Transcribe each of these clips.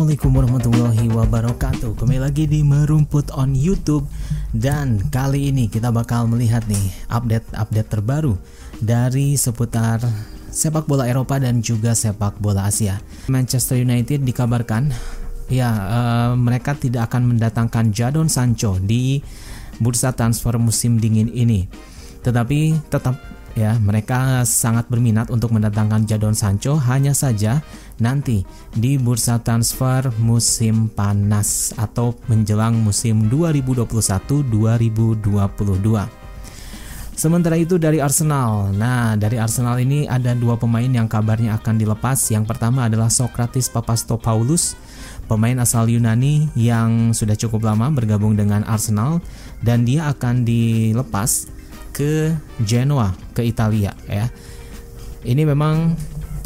Assalamualaikum warahmatullahi wabarakatuh. Kembali lagi di Merumput on YouTube. Dan kali ini kita bakal melihat nih update terbaru dari seputar sepak bola Eropa dan juga sepak bola Asia. Manchester United dikabarkan mereka tidak akan mendatangkan Jadon Sancho di bursa transfer musim dingin ini. Tetapi tetap mereka sangat berminat untuk mendatangkan Jadon Sancho, hanya saja nanti di bursa transfer musim panas atau menjelang musim 2021-2022. Sementara itu dari Arsenal. Nah, dari Arsenal ini ada dua pemain yang kabarnya akan dilepas. Yang pertama adalah Sokratis Papastopoulos, pemain asal Yunani yang sudah cukup lama bergabung dengan Arsenal, dan dia akan dilepas ke Genoa, ke Italia ya. Ini memang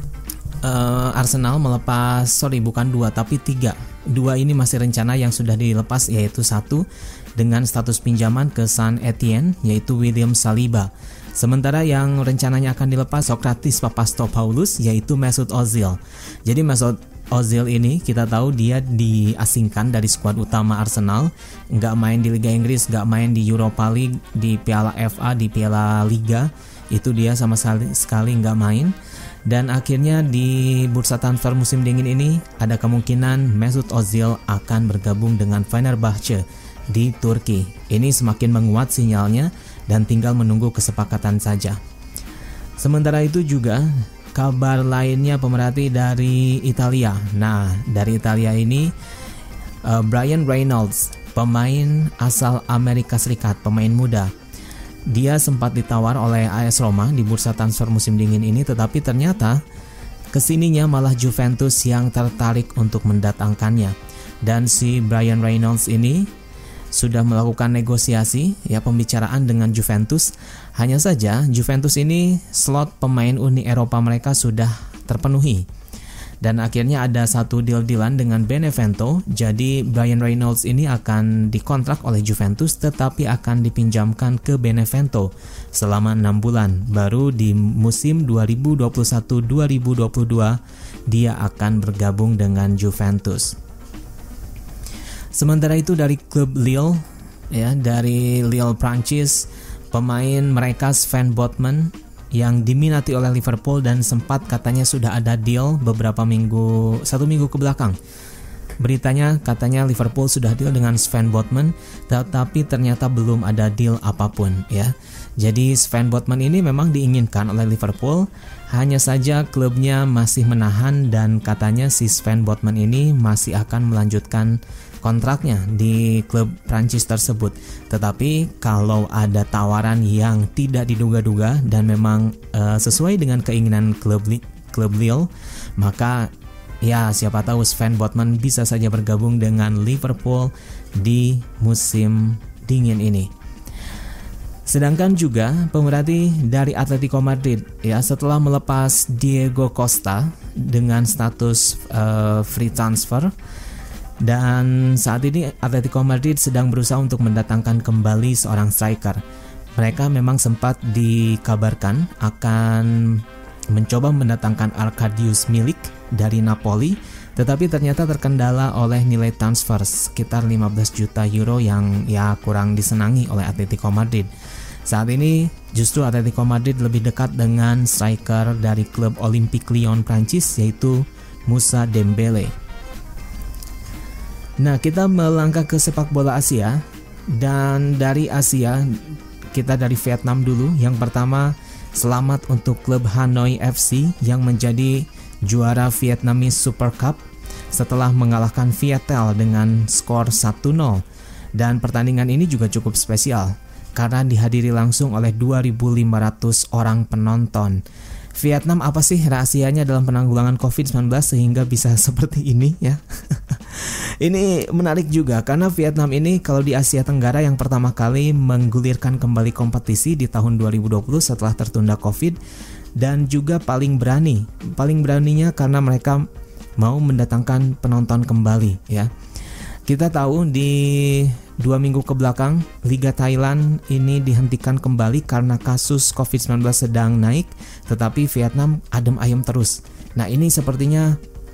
Arsenal melepas, bukan dua tapi tiga. Dua ini masih rencana yang sudah dilepas, yaitu satu dengan status pinjaman ke Saint Etienne, yaitu William Saliba. Sementara yang rencananya akan dilepas Sokratis Papastopoulos, yaitu Mesut Ozil. Jadi Mesut Ozil ini kita tahu dia diasingkan dari skuad utama Arsenal, nggak main di Liga Inggris, nggak main di Europa League, di Piala FA, di Piala Liga, itu dia sama sekali nggak main. Dan akhirnya di bursa transfer musim dingin ini ada kemungkinan Mesut Ozil akan bergabung dengan Fenerbahce di Turki. Ini semakin menguat sinyalnya dan tinggal menunggu kesepakatan saja. Sementara itu juga kabar lainnya pemerhati dari Italia. Nah, dari Italia ini Ryan Reynolds, pemain asal Amerika Serikat, pemain muda. Dia sempat ditawar oleh AS Roma di bursa transfer musim dingin ini, tetapi ternyata kesininya malah Juventus yang tertarik untuk mendatangkannya. Dan si Ryan Reynolds ini sudah melakukan negosiasi pembicaraan dengan Juventus. Hanya saja Juventus ini slot pemain Uni Eropa mereka sudah terpenuhi. Dan akhirnya ada satu deal-dealan dengan Benevento. Jadi Ryan Reynolds ini akan dikontrak oleh Juventus, tetapi akan dipinjamkan ke Benevento selama 6 bulan. Baru di musim 2021-2022 dia akan bergabung dengan Juventus. Sementara itu dari klub Lille, dari Lille Prancis, pemain mereka Sven Botman yang diminati oleh Liverpool dan sempat katanya sudah ada deal satu minggu ke belakang. Beritanya katanya Liverpool sudah deal dengan Sven Botman, tetapi ternyata belum ada deal apapun ya. Jadi Sven Botman ini memang diinginkan oleh Liverpool, hanya saja klubnya masih menahan dan katanya si Sven Botman ini masih akan melanjutkan kontraknya di klub Prancis tersebut. Tetapi kalau ada tawaran yang tidak diduga-duga dan memang sesuai dengan keinginan klub Lille, maka siapa tahu Sven Botman bisa saja bergabung dengan Liverpool di musim dingin ini. Sedangkan juga pemerhati dari Atletico Madrid setelah melepas Diego Costa dengan status free transfer. Dan saat ini Atletico Madrid sedang berusaha untuk mendatangkan kembali seorang striker. Mereka memang sempat dikabarkan akan mencoba mendatangkan Arkadiusz Milik dari Napoli, tetapi ternyata terkendala oleh nilai transfer sekitar 15 juta euro yang kurang disenangi oleh Atletico Madrid. Saat ini justru Atletico Madrid lebih dekat dengan striker dari klub Olympique Lyon Prancis, yaitu Moussa Dembele. Nah, kita melangkah ke sepak bola Asia, dan dari Asia kita dari Vietnam dulu. Yang pertama, selamat untuk klub Hanoi FC yang menjadi juara Vietnamese Super Cup setelah mengalahkan Viettel dengan skor 1-0. Dan pertandingan ini juga cukup spesial karena dihadiri langsung oleh 2.500 orang penonton. Vietnam apa sih rahasianya dalam penanggulangan COVID-19 sehingga bisa seperti ini ya? Ini menarik juga karena Vietnam ini kalau di Asia Tenggara yang pertama kali menggulirkan kembali kompetisi di tahun 2020 setelah tertunda COVID, dan juga paling beraninya karena mereka mau mendatangkan penonton kembali ya. Kita tahu di 2 minggu ke belakang Liga Thailand ini dihentikan kembali karena kasus COVID-19 sedang naik, tetapi Vietnam adem ayem terus. Nah, ini sepertinya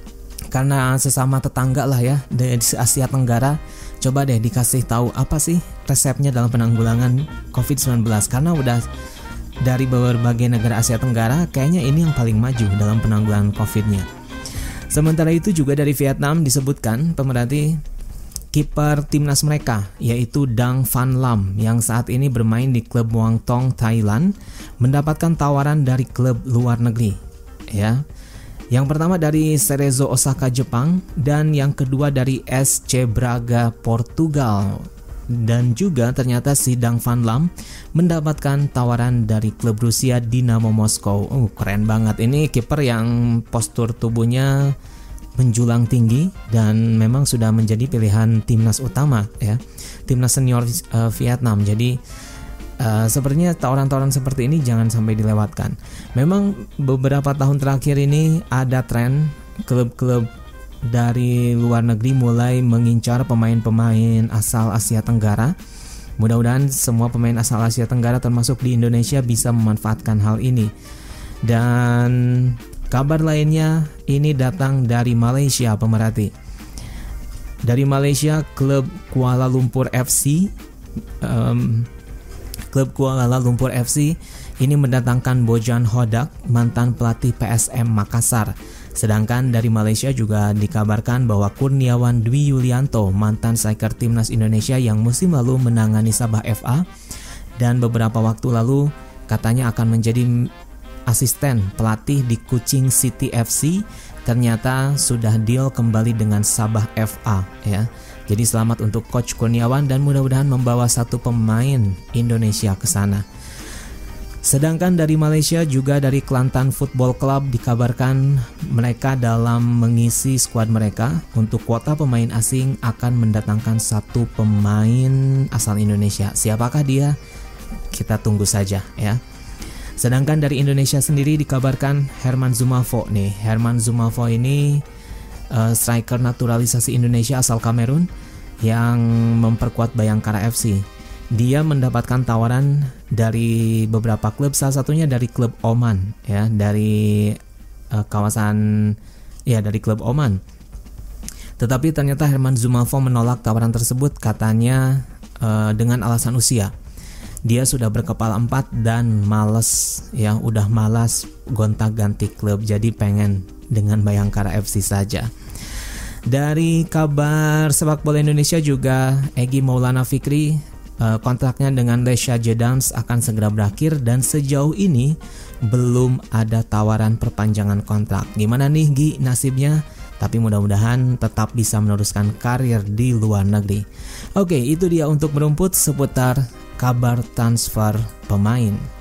karena sesama tetangga lah ya di Asia Tenggara, coba deh dikasih tahu apa sih resepnya dalam penanggulangan COVID-19, karena udah dari berbagai negara Asia Tenggara kayaknya ini yang paling maju dalam penanggulangan COVID-nya. Sementara itu juga dari Vietnam disebutkan pemerhati kiper timnas mereka yaitu Dang Van Lam yang saat ini bermain di klub Muang Thong Thailand mendapatkan tawaran dari klub luar negeri ya. Yang pertama dari Cerezo Osaka Jepang dan yang kedua dari SC Braga Portugal. Dan juga ternyata si Dang Van Lam mendapatkan tawaran dari klub Rusia Dinamo Moskow. Keren banget, ini kiper yang postur tubuhnya menjulang tinggi dan memang sudah menjadi pilihan timnas utama ya, timnas senior Vietnam. Jadi sepertinya tawaran-tawaran seperti ini jangan sampai dilewatkan. Memang beberapa tahun terakhir ini ada tren klub-klub dari luar negeri mulai mengincar pemain-pemain asal Asia Tenggara. Mudah-mudahan semua pemain asal Asia Tenggara termasuk di Indonesia bisa memanfaatkan hal ini. Dan kabar lainnya ini datang dari Malaysia, pemerhati. Dari Malaysia, klub Kuala Lumpur FC Klub Kuala Lumpur FC ini mendatangkan Bojan Hodak, mantan pelatih PSM Makassar. Sedangkan dari Malaysia juga dikabarkan bahwa Kurniawan Dwi Yulianto, mantan striker timnas Indonesia yang musim lalu menangani Sabah FA dan beberapa waktu lalu katanya akan menjadi asisten pelatih di Kuching City FC, ternyata sudah deal kembali dengan Sabah FA ya. Jadi selamat untuk Coach Kurniawan dan mudah-mudahan membawa satu pemain Indonesia ke sana. Sedangkan dari Malaysia juga dari Kelantan Football Club dikabarkan mereka dalam mengisi skuad mereka untuk kuota pemain asing akan mendatangkan satu pemain asal Indonesia. Siapakah dia? Kita tunggu saja ya. Sedangkan dari Indonesia sendiri dikabarkan Herman Zumafo nih. Herman Zumafo ini striker naturalisasi Indonesia asal Kamerun yang memperkuat Bayangkara FC. Dia mendapatkan tawaran dari beberapa klub, salah satunya dari klub Oman ya, dari dari klub Oman. Tetapi ternyata Herman Zumafo menolak tawaran tersebut, katanya dengan alasan usia. Dia sudah berkepala 4 dan males ya, udah malas gonta-ganti klub, jadi pengen dengan Bayangkara FC saja. Dari kabar sepak bola Indonesia juga, Egy Maulana Fikri kontraknya dengan Lesha Jedans akan segera berakhir dan sejauh ini belum ada tawaran perpanjangan kontrak. Gimana nih Gi nasibnya? Tapi mudah-mudahan tetap bisa meneruskan karir di luar negeri. Oke, itu dia untuk merumput seputar kabar transfer pemain.